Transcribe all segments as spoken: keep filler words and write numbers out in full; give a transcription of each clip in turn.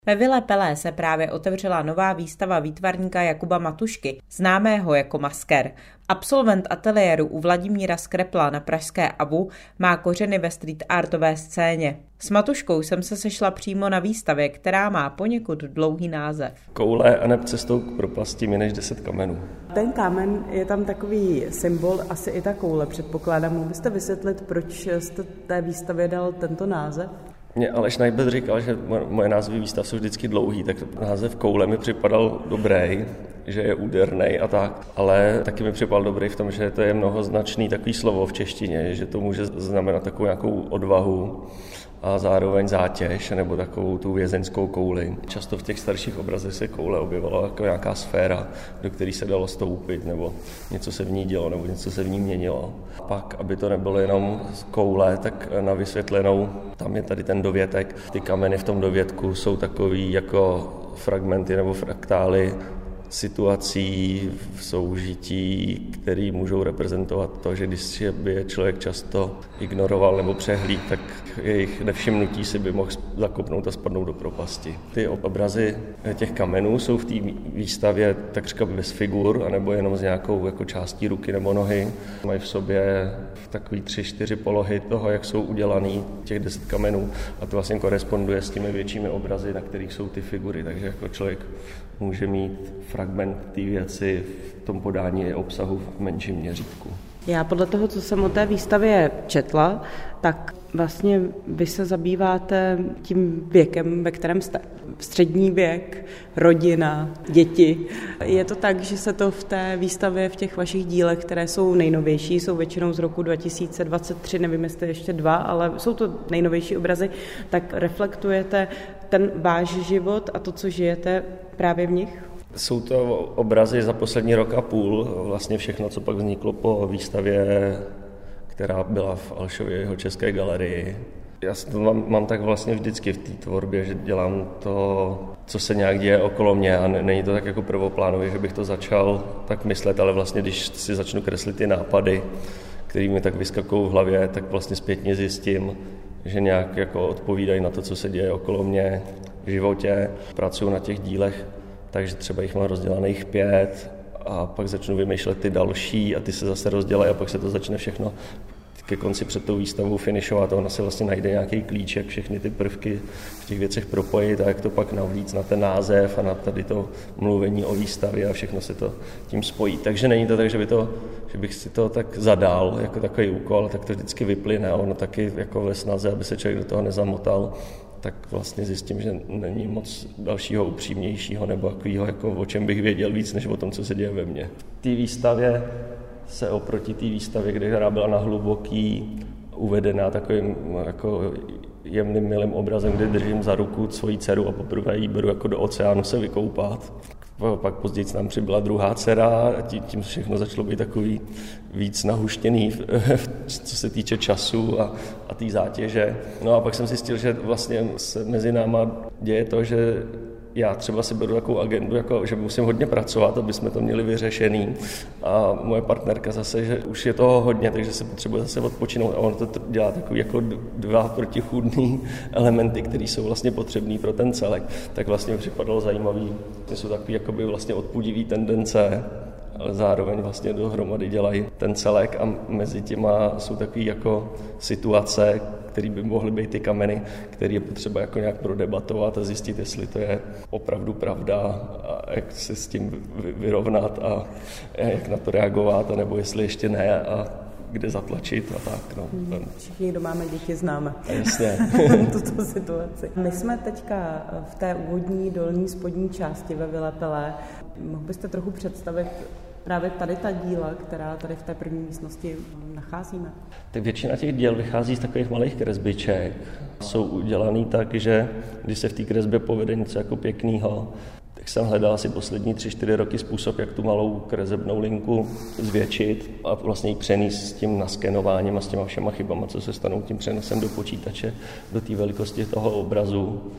Ve Vile Pelé se právě otevřela nová výstava výtvarníka Jakuba Matušky, známého jako Masker. Absolvent ateliéru u Vladimíra Skrepla na pražské A V U má kořeny ve street artové scéně. S Matuškou jsem se sešla přímo na výstavě, která má poněkud dlouhý název. Koule a neb cestou k propasti mi než deset kamenů. Ten kámen je tam takový symbol, asi i ta koule, předpokládám. Mohl byste vysvětlit, proč jste té výstavě dal tento název? Mě Aleš Najbet říkal, že moje názvy výstav jsou vždycky dlouhý, tak název koule mi připadal dobrý, že je úderný a tak, ale taky mi připadal dobrý v tom, že to je mnohoznačný takový slovo v češtině, že to může znamenat takovou nějakou odvahu a zároveň zátěž nebo takovou tu vězeňskou kouli. Často v těch starších obrazech se koule objevovala jako nějaká sféra, do které se dalo stoupit, nebo něco se v ní dělo, nebo něco se v ní měnilo. Pak, aby to nebylo jenom koule, tak na vysvětlenou, tam je tady ten dovětek. Ty kameny v tom dovětku jsou takový jako fragmenty nebo fraktály situací v soužití, které můžou reprezentovat to, že když by je člověk často ignoroval nebo přehlíd, tak jejich nevšimnutí si by mohl zakopnout a spadnout do propasti. Ty obrazy těch kamenů jsou v té výstavě takřka bez figur, anebo jenom s nějakou jako částí ruky nebo nohy. Mají v sobě takový tři, čtyři polohy toho, jak jsou udělaný těch deset kamenů a to vlastně koresponduje s těmi většími obrazy, na kterých jsou ty figury, takže jako člověk může mít fragment té věci v tom podání obsahu v menším měřítku. Já podle toho, co jsem o té výstavě četla, tak vlastně vy se zabýváte tím věkem, ve kterém jste. Střední věk, rodina, děti. Je to tak, že se to v té výstavě, v těch vašich dílech, které jsou nejnovější, jsou většinou z roku dva tisíce dvacet tři, nevím, jestli ještě dva, ale jsou to nejnovější obrazy, tak reflektujete ten váš život a to, co žijete právě v nich? Jsou to obrazy za poslední rok a půl, vlastně všechno, co pak vzniklo po výstavě, která byla v Alšově jeho české galerii. Já to mám, mám tak vlastně vždycky v té tvorbě, že dělám to, co se nějak děje okolo mě a není to tak jako prvoplánově, že bych to začal tak myslet, ale vlastně když si začnu kreslit ty nápady, které mi tak vyskakují v hlavě, tak vlastně zpětně zjistím, že nějak jako odpovídají na to, co se děje okolo mě v životě. Pracuji na těch dílech, takže třeba jich mám rozdělaných pět a pak začnu vymýšlet ty další a ty se zase rozdělají a pak se to začne všechno ke konci před tou výstavou finišovat a ona se vlastně najde nějaký klíč, jak všechny ty prvky v těch věcech propojit a jak to pak navlíc na ten název a na tady to mluvení o výstavě a všechno se to tím spojí. Takže není to tak, že, by to, že bych si to tak zadal jako takový úkol, tak to vždycky vyplyne a ono taky jako ve snaze, aby se člověk do toho nezamotal, tak vlastně zjistím, že není moc dalšího upřímnějšího nebo takového, jako o čem bych věděl víc, než o tom, co se děje ve mně. V té výstavě se oproti té výstavě, která byla na hluboký, uvedená takovým jako jemným, milým obrazem, kde držím za ruku svoji dceru a poprvé jí beru jako do oceánu se vykoupat. Pak později nám přibyla druhá dcera a tím všechno začalo být takový víc nahuštěný, co se týče času a, a té zátěže. No a pak jsem zjistil, že vlastně se mezi náma děje to, že já třeba si beru takovou agendu, jako, že musím hodně pracovat, aby jsme to měli vyřešený. A moje partnerka zase, že už je toho hodně, takže se potřebuje zase odpočinout. A ono to dělá takový jako dva protichůdný elementy, které jsou vlastně potřebný pro ten celek. Tak vlastně mi připadalo zajímavý, že jsou takový jakoby vlastně odpudivý tendence, ale zároveň vlastně dohromady dělají ten celek a mezi těma jsou takový jako situace, které by mohly být ty kameny, které je potřeba jako nějak prodebatovat a zjistit, jestli to je opravdu pravda a jak se s tím vyrovnat a jak na to reagovat, nebo jestli ještě ne a kde zatlačit a tak. No. Všichni, kdo máme děti, známe. Jasně. Tuto situaci. My jsme teďka v té úvodní dolní spodní části ve Vile Pelé. Mohl byste trochu představit právě tady ta díla, která tady v té první místnosti nacházíme? Tak většina těch děl vychází z takových malých kresbiček. Jsou udělaný tak, že když se v té kresbě povede něco jako pěknýho, tak jsem hledal asi poslední tři, čtyři roky způsob, jak tu malou kresebnou linku zvětšit a vlastně ji přenést s tím naskenováním a s těma všema chybama, co se stanou tím přenosem do počítače, do té velikosti toho obrazu.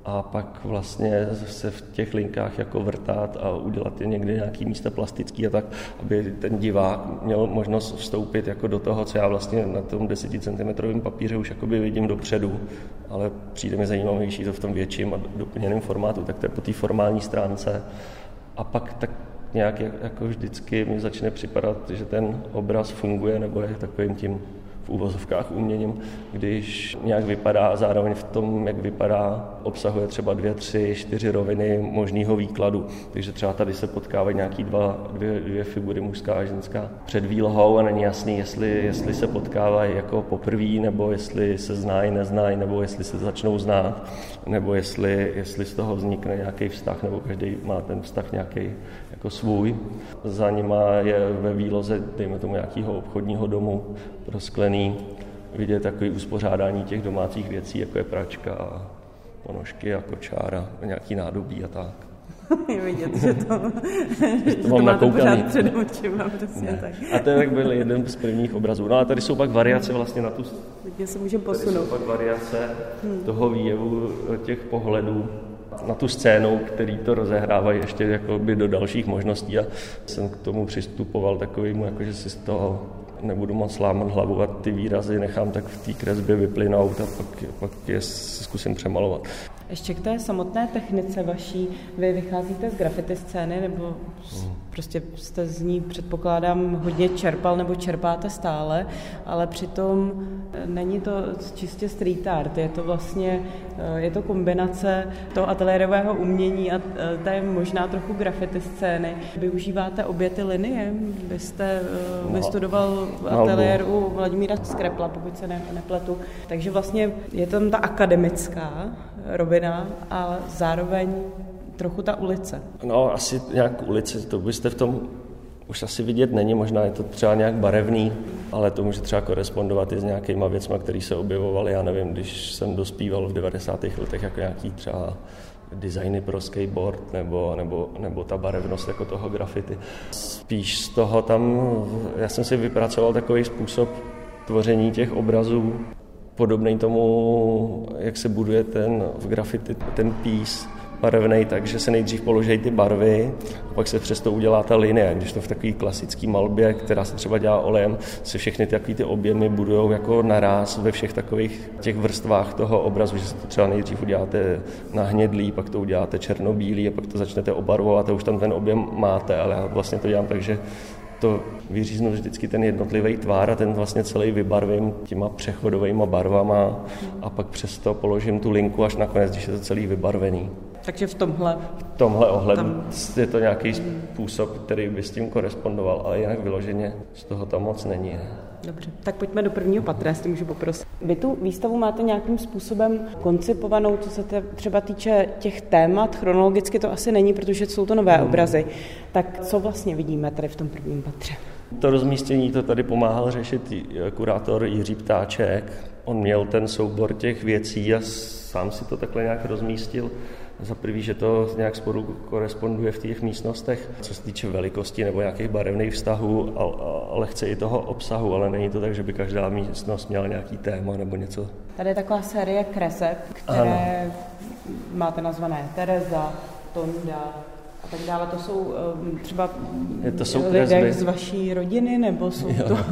a pak vlastně se v těch linkách jako vrtat a udělat je někde nějaký místa plastický a tak, aby ten divák měl možnost vstoupit jako do toho, co já vlastně na tom deseticentimetrovém papíře už jakoby vidím dopředu, ale přijde mi zajímavější to v tom větším a doplněném formátu, tak to je po té formální stránce. A pak tak nějak jako vždycky mi začne připadat, že ten obraz funguje nebo je takovým tím v uvozovkách uměním, když nějak vypadá a zároveň v tom, jak vypadá, obsahuje třeba dvě, tři, čtyři roviny možného výkladu. Takže třeba tady se potkávají nějaký dva, dvě, dvě figury, mužská a ženská, před výlohou a není jasný, jestli, jestli se potkávají jako poprvé, nebo jestli se znají, neznají, nebo jestli se začnou znát, nebo jestli, jestli z toho vznikne nějaký vztah, nebo každý má ten vztah nějaký jako svůj. Za nima je ve výloze, dejme tomu, nějakého obchodního domu prosklený, vidět takový uspořádání těch domácích věcí, jako je pračka a ponožky a kočára, nějaký nádobí a tak. Je vidět, že to, že to, to máte pořád před očima, přesně tak. A to tak byl jeden z prvních obrazů. No a tady jsou pak variace vlastně na tu... Teď se můžeme posunout. Tady jsou pak variace hmm. toho výjevu těch pohledů na tu scénu, který to rozehrávají ještě jakoby do dalších možností a jsem k tomu přistupoval takovýmu, jakože si z toho nebudu moc lámat hlavu a ty výrazy nechám tak v té kresbě vyplynout a pak, pak je zkusím přemalovat. Ještě k té samotné technice vaší, vy vycházíte z graffiti scény, nebo hmm. prostě jste z ní, předpokládám, hodně čerpal nebo čerpáte stále, ale přitom není to čistě street art, je to vlastně, je to kombinace toho ateliérového umění a té možná trochu graffiti scény. Využíváte obě ty linie? Vy jste no. vystudoval ateliér u Vladimíra Skrepla, pokud se ne, nepletu, takže vlastně je tam ta akademická rovina a zároveň trochu ta ulice. No, asi nějak ulici, to byste v tom už asi vidět není, možná je to třeba nějak barevný, ale to může třeba korespondovat i s nějakýma věcma, které se objevovaly, já nevím, když jsem dospíval v devadesátých letech jako nějaký třeba designy pro skateboard nebo, nebo, nebo ta barevnost jako toho graffiti. Spíš z toho tam, já jsem si vypracoval takový způsob tvoření těch obrazů, podobný tomu, jak se buduje ten v graffiti, ten pís barevnej, takže se nejdřív položí ty barvy a pak se přesto udělá ta linie. Když to v takové klasické malbě, která se třeba dělá olejem, se všechny takové ty objemy budujou jako naráz ve všech takových těch vrstvách toho obrazu, že se to třeba nejdřív uděláte na hnědlý, pak to uděláte černobílý a pak to začnete obarvovat a už tam ten objem máte, ale já vlastně to dělám tak, že to vyříznu vždycky ten jednotlivý tvár a ten vlastně celý vybarvím těma přechodovými barvama a pak přesto položím tu linku až nakonec, když je to celý vybarvený. Takže v tomhle... V tomhle ohledu tam... je to nějaký způsob, který by s tím korespondoval, ale jinak vyloženě z toho tam moc není. Dobře, tak pojďme do prvního patra, jestli můžu poprosit. Vy tu výstavu máte nějakým způsobem koncipovanou, co se třeba týče těch témat, chronologicky to asi není, protože jsou to nové hmm. obrazy. Tak co vlastně vidíme tady v tom prvním patře? To rozmístění to tady pomáhal řešit kurátor Jiří Ptáček. On měl ten soubor těch věcí a sám si to takhle nějak rozmístil. Za prvý, že to nějak spolu koresponduje v těch místnostech, co se týče velikosti nebo nějakých barevných vztahů, ale chce i toho obsahu, ale není to tak, že by každá místnost měla nějaký téma nebo něco. Tady je taková série kreseb, které ano. máte nazvané Tereza, Tonda a tak dále. To jsou um, třeba je to jsou lidé kresby z vaší rodiny, nebo jsou jo. to...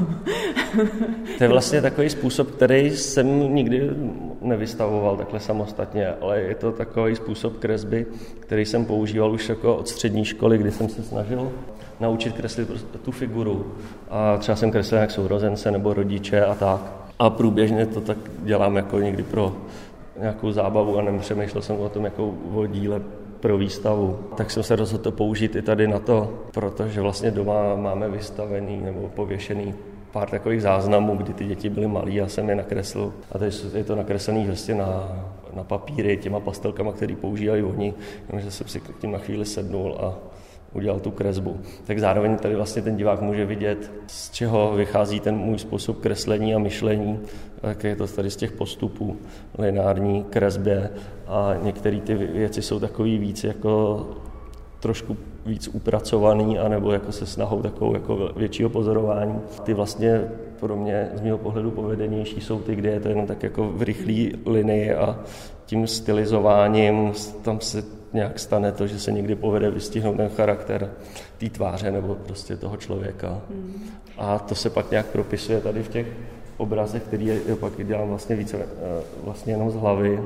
To je vlastně takový způsob, který jsem nikdy nevystavoval takhle samostatně, ale je to takový způsob kresby, který jsem používal už jako od střední školy, kdy jsem se snažil naučit kreslit tu figuru. A třeba jsem kreslil jak sourozence nebo rodiče a tak. A průběžně to tak dělám jako někdy pro nějakou zábavu a nepřemýšlel jsem o tom jako o díle pro výstavu. Tak jsem se rozhodl to použít i tady na to, protože vlastně doma máme vystavený nebo pověšený pár takových záznamů, kdy ty děti byly malí a jsem je nakreslil. A teď je to nakreslený vlastně na, na papíry těma pastelkama, které používají oni. Takže jsem si k tím na chvíli sednul a udělal tu kresbu. Tak zároveň tady vlastně ten divák může vidět, z čeho vychází ten můj způsob kreslení a myšlení. Tak je to tady z těch postupů lineární kresbě a některé ty věci jsou takový víc jako trošku víc upracovaný, anebo jako se snahou takovou jako většího pozorování. Ty vlastně pro mě z mého pohledu povedenější jsou ty, kde je to jenom tak jako v rychlé linii a tím stylizováním tam se nějak stane to, že se někdy povede vystihnout ten charakter té tváře nebo prostě toho člověka. Mm. A to se pak nějak propisuje tady v těch obrazech, který je, pak dělám vlastně více vlastně jenom z hlavy,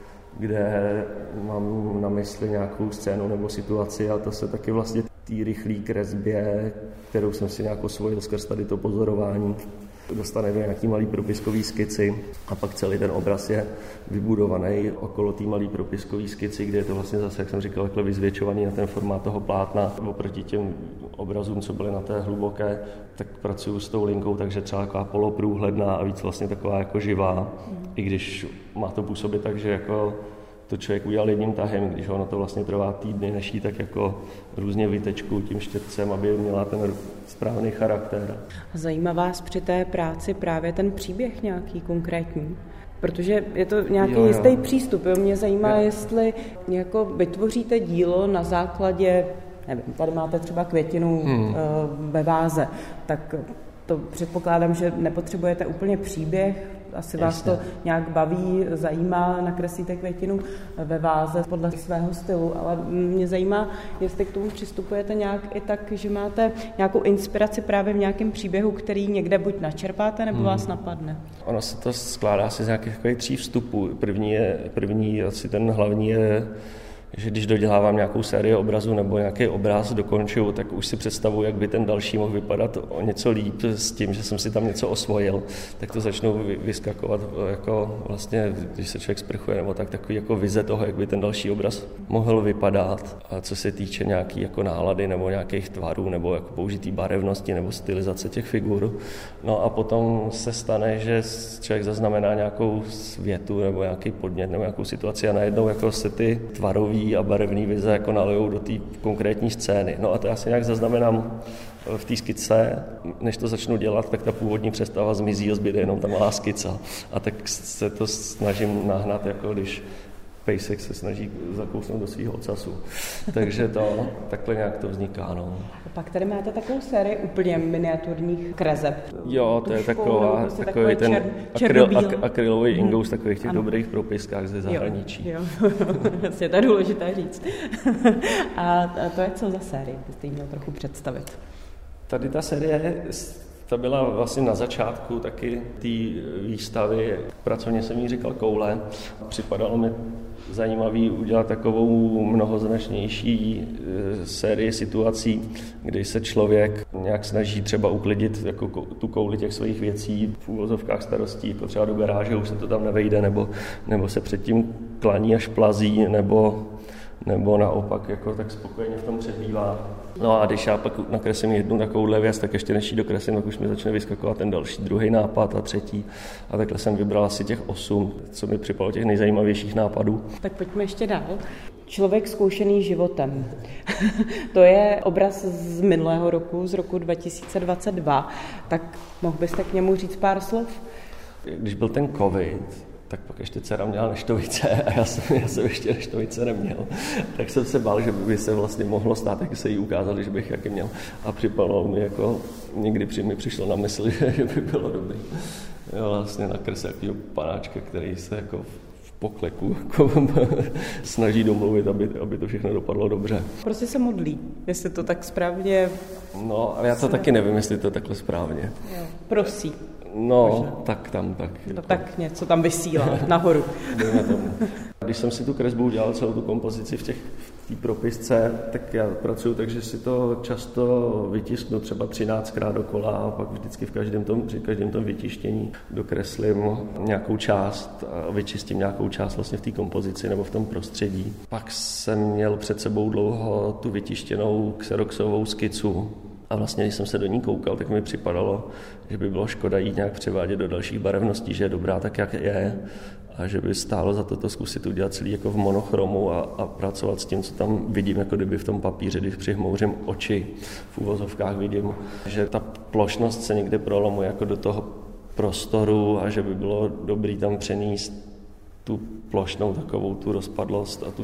kde mám na mysli nějakou scénu nebo situaci a to se taky vlastně té rychlé kresbě, kterou jsem si nějak osvojil skrz tady to pozorování, dostane do nějaký malý propiskový skici a pak celý ten obraz je vybudovaný okolo té malý propiskový skici, kde je to vlastně zase, jak jsem říkal, takhle vyzvětšovaný na ten formát toho plátna. Oproti těm obrazům, co byly na té hluboké, tak pracuju s tou linkou, takže třeba taková poloprůhledná a víc vlastně taková jako živá, mm. i když má to působit tak, že jako to člověk udělal jedním tahem, když ono to vlastně trvá týdny, než jí tak jako různě vytečku tím štětcem, aby měla ten správný charakter. Zajímá vás při té práci právě ten příběh nějaký konkrétní? Protože je to nějaký jo, jo. jistý přístup. Jo? Mě zajímá, jo. jestli jako vytvoříte dílo na základě, nevím, tady máte třeba květinu hmm. ve váze, tak to předpokládám, že nepotřebujete úplně příběh, asi vás Jasně. to nějak baví, zajímá, nakreslíte květinu ve váze podle svého stylu, ale mě zajímá, jestli k tomu přistupujete nějak i tak, že máte nějakou inspiraci právě v nějakém příběhu, který někde buď načerpáte, nebo hmm. vás napadne. Ono se to skládá asi z nějakých tří vstupů. První je, první asi ten hlavní je, že když dodělávám nějakou sérii obrazů nebo nějaký obraz dokončuju, tak už si představuji, jak by ten další mohl vypadat o něco líp s tím, že jsem si tam něco osvojil, tak to začnou vyskakovat jako vlastně, když se člověk sprchuje nebo tak, takový jako vize toho, jak by ten další obraz mohl vypadat. A co se týče nějaký jako nálady nebo nějakých tvarů nebo jako použitý barevnosti nebo stylizace těch figur. No a potom se stane, že člověk zaznamená nějakou větu nebo nějaký podnět nebo nějakou situaci a najednou jako se ty tvarový a barevný vize jako nalijou do té konkrétní scény. No a to já si nějak zaznamenám v té skice, než to začnu dělat, tak ta původní představa zmizí a zbyde jenom ta malá skica. A tak se to snažím nahnat, jako když pejsek se snaží zakousnout do svého ocasu. Takže to, takhle nějak to vzniká. No. A pak tady máte takovou sérii úplně miniaturních kreseb. Jo, to je taková, takový ten čer, akryl, ak, akrylový hmm. ingoust takových těch ano. dobrých propiskách ze zahraničí. Jo, jo. Vlastně to je důležité říct. A to je co za série? Byste jí měl trochu představit. Tady ta série, ta byla vlastně na začátku taky té výstavy, pracovně jsem jí říkal koule. Připadalo mi zajímavý udělat takovou mnohoznačnější sérii situací, kdy se člověk nějak snaží třeba uklidit jako tu kouli těch svých věcí v úvozovkách starostí, jako třeba do garáže, už se to tam nevejde, nebo, nebo se předtím klaní až plazí, nebo nebo naopak jako tak spokojeně v tom přebývá. No a když já pak nakreslím jednu takovouhle věc, tak ještě než ji dokreslím, tak už mi začne vyskakovat ten další, druhý nápad a třetí. A takhle jsem vybral asi těch osm, co mi připadalo těch nejzajímavějších nápadů. Tak pojďme ještě dál. Člověk zkoušený životem. To je obraz z minulého roku, z roku dva tisíce dvacet dva. Tak mohl byste k němu říct pár slov? Když byl ten covid, tak pak ještě dcera měla neštovice a já jsem, já jsem ještě neštovice neměl. Tak jsem se bál, že by se vlastně mohlo stát, jak se jí ukázali, že bych jaký měl. A připadalo mi jako, někdy při mi přišlo na mysl, že, že by bylo dobrý. Jo, vlastně nakreslit jakýho panáčka, který se jako v pokleku jako snaží domluvit, aby, aby to všechno dopadlo dobře. Prostě se modlí, jestli to tak správně... No, ale já to taky nevím, jestli to je takhle správně. Jo, prosí. No, možná. tak tam, tak. No, tak něco tam vysílá, nahoru. Když jsem si tu kresbu udělal, celou tu kompozici v těch v té propisce, tak já pracuji tak, že si to často vytisknu třeba třináctkrát dokola a pak vždycky v každém tom, při každém tom vytištění dokreslím nějakou část a vyčistím nějakou část vlastně v té kompozici nebo v tom prostředí. Pak jsem měl před sebou dlouho tu vytištěnou xeroxovou skicu. A vlastně, když jsem se do ní koukal, tak mi připadalo, že by bylo škoda jít nějak převádět do dalších barevností, že je dobrá tak, jak je, a že by stálo za to, to zkusit udělat celý jako v monochromu a, a pracovat s tím, co tam vidím, jako kdyby v tom papíře, když přihmouřím oči, v úvozovkách vidím, že ta plošnost se někde prolomuje jako do toho prostoru a že by bylo dobrý tam přenést tu plošnou takovou tu rozpadlost a tu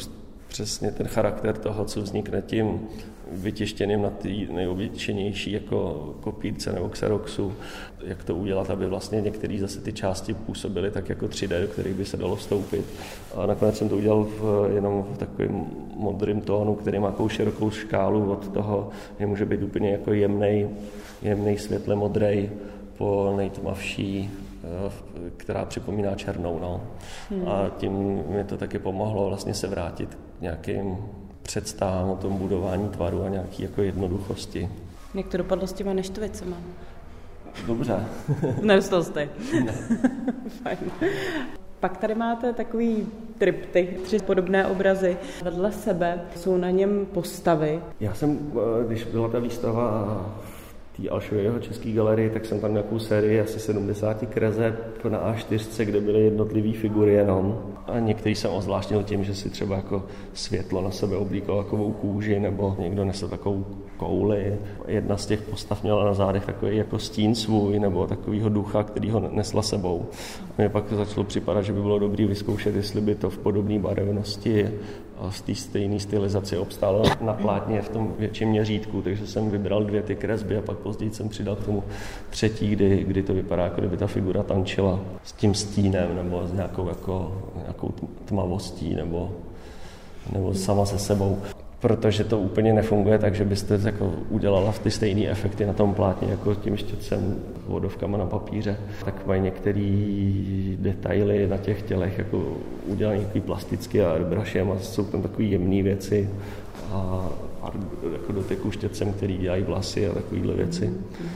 přesně ten charakter toho, co vznikne tím vytištěným na té nejobyčejnější jako kopírce nebo xeroxu, jak to udělat, aby vlastně některé zase ty části působily tak jako tři dé, do kterých by se dalo vstoupit. A nakonec jsem to udělal v, jenom v takovém modrým tónu, který má takovou širokou škálu od toho, že může být úplně jako jemnej, jemnej světle modrej po nejtmavší, která připomíná černou. No. Hmm. A tím mi to taky pomohlo vlastně se vrátit k nějakým představám o tom budování tvaru a nějaký jako jednoduchosti. Jak to dopadlo s těma neštovicema? Dobře. Nedostal jste. Ne. Fajn. Pak tady máte takový triptych, tři podobné obrazy. Vedle sebe jsou na něm postavy. Já jsem, když byla ta výstava v té Alšověho České galerii, tak jsem tam nějakou sérii asi sedmdesát kreseb na á čtyři, kde byly jednotlivé figury jenom. A některý jsem ozvláštnil tím, že si třeba jako světlo na sebe oblíkal takovou kůži, nebo někdo nesl takovou kouli. Jedna z těch postav měla na zádech takový jako stín svůj, nebo takovýho ducha, který ho nesla sebou. A mě pak začalo připadat, že by bylo dobré vyzkoušet, jestli by to v podobné barevnosti a z té stejné stylizaci obstálo na plátně v tom větším měřítku, takže jsem vybral dvě ty kresby a pak později jsem přidal k tomu třetí, kdy, kdy to vypadá, jako kdyby ta figura tančila s tím stínem nebo s nějakou, jako, nějakou tmavostí nebo, nebo sama se sebou. Protože to úplně nefunguje tak, že byste jako udělala ty stejné efekty na tom plátně jako tím štětcem, vodovkama na papíře. Tak mají některé detaily na těch tělech jako udělané nějaký plasticky a airbrushem a jsou tam takové jemné věci a, a jako doteku štětcem, který dělají vlasy a takovéhle věci.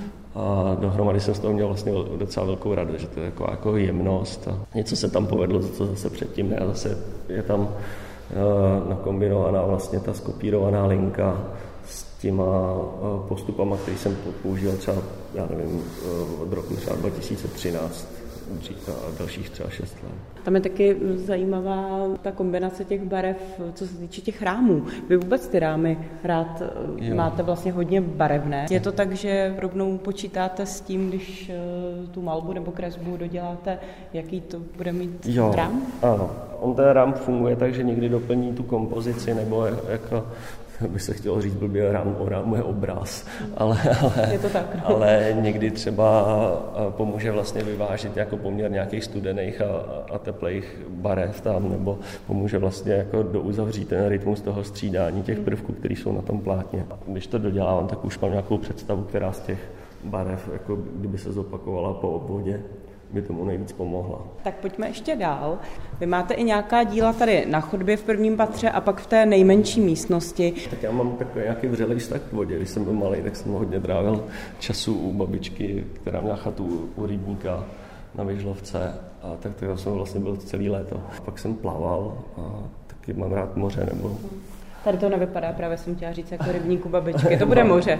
A dohromady jsem z toho měl vlastně docela velkou radost, že to je taková jako jemnost a něco se tam povedlo, co zase předtím ne a zase je tam nakombinovaná vlastně ta skopírovaná linka s těma postupama, který jsem používal třeba, já nevím, od roku třeba dva tisíce třináct a dalších třeba šest let. Tam je taky zajímavá ta kombinace těch barev, co se týče těch rámů. Vy vůbec ty rámy rád jo. máte vlastně hodně barevné. Je to tak, že rovnou počítáte s tím, když tu malbu nebo kresbu doděláte, jaký to bude mít jo, rám? Ano, on ten rám funguje tak, že někdy doplní tu kompozici, nebo jako by se chtělo říct blbě, rám, rám je obraz, ale, ale, je to tak, no. ale někdy třeba pomůže vlastně vyvážit jako poměr nějakých studených a, a teplých barev tam, nebo pomůže vlastně jako douzavřít ten rytmus toho střídání těch prvků, které jsou na tom plátně. Když to dodělávám, tak už mám nějakou představu, která z těch barev, jako kdyby se zopakovala po obvodě, by tomu nejvíc pomohla. Tak pojďme ještě dál. Vy máte i nějaká díla tady na chodbě v prvním patře a pak v té nejmenší místnosti. Tak já mám takový nějaký vřelý vztah k vodě. Když jsem byl malý, tak jsem hodně trávil času u babičky, která měla chatu u rybníka na Vyžlovce a tak to jsem vlastně byl celý léto. Pak jsem plaval a taky mám rád moře nebo Tady to nevypadá, právě jsem chtěla říct, jako rybníku babičky. To bude moře.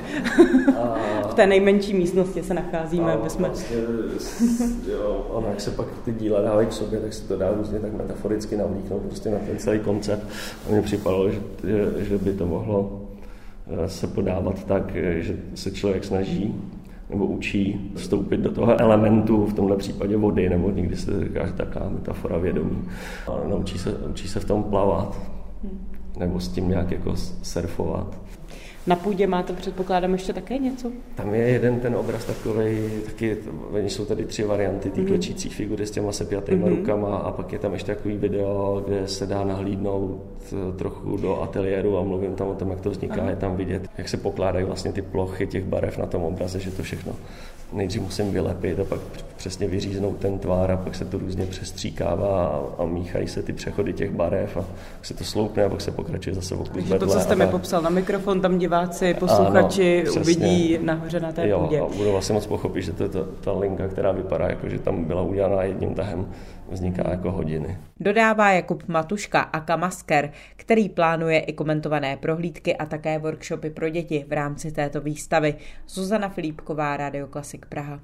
V té nejmenší místnosti se nacházíme. A jsme... vlastně, jo, ono, jak se pak ty díla dávají k sobě, tak se to dá různě tak metaforicky navlíknout prostě na ten celý koncept. A mně připadalo, že, že, že by to mohlo se podávat tak, že se člověk snaží nebo učí vstoupit do toho elementu, v tomhle případě vody, nebo někdy se říká, že taková metafora vědomí. A naučí se, učí se v tom plavat. Hmm. Nebo s tím nějak jako surfovat. Na půdě máte, předpokládám, ještě také něco? Tam je jeden ten obraz takovej, taky, jsou tady tři varianty té mm-hmm. klečící figury s těma sepjatýma mm-hmm. rukama a pak je tam ještě takový video, kde se dá nahlídnout trochu do ateliéru a mluvím tam o tom, jak to vzniká, Aha. je tam vidět, jak se pokládají vlastně ty plochy těch barev na tom obraze, že to všechno nejdřív musím vylepit a pak přesně vyříznout ten tvár a pak se to různě přestříkává a, a míchají se ty přechody těch barev a pak se to sloupne a pak se pokračuje zase o kus vedle. To, co jste mi popsal na mikrofon, tam diváci, posluchači ano, uvidí nahoře na té jo, půdě. A budou vlastně moc pochopit, že to je to, ta linka, která vypadá jako, že tam byla udělaná jedním tahem, vzniká jako hodiny. Dodává Jakub Matuška aka Masker, který plánuje i komentované prohlídky a také workshopy pro děti v rámci této výstavy. Zuzana Filipková, Rádio Klasik Praha.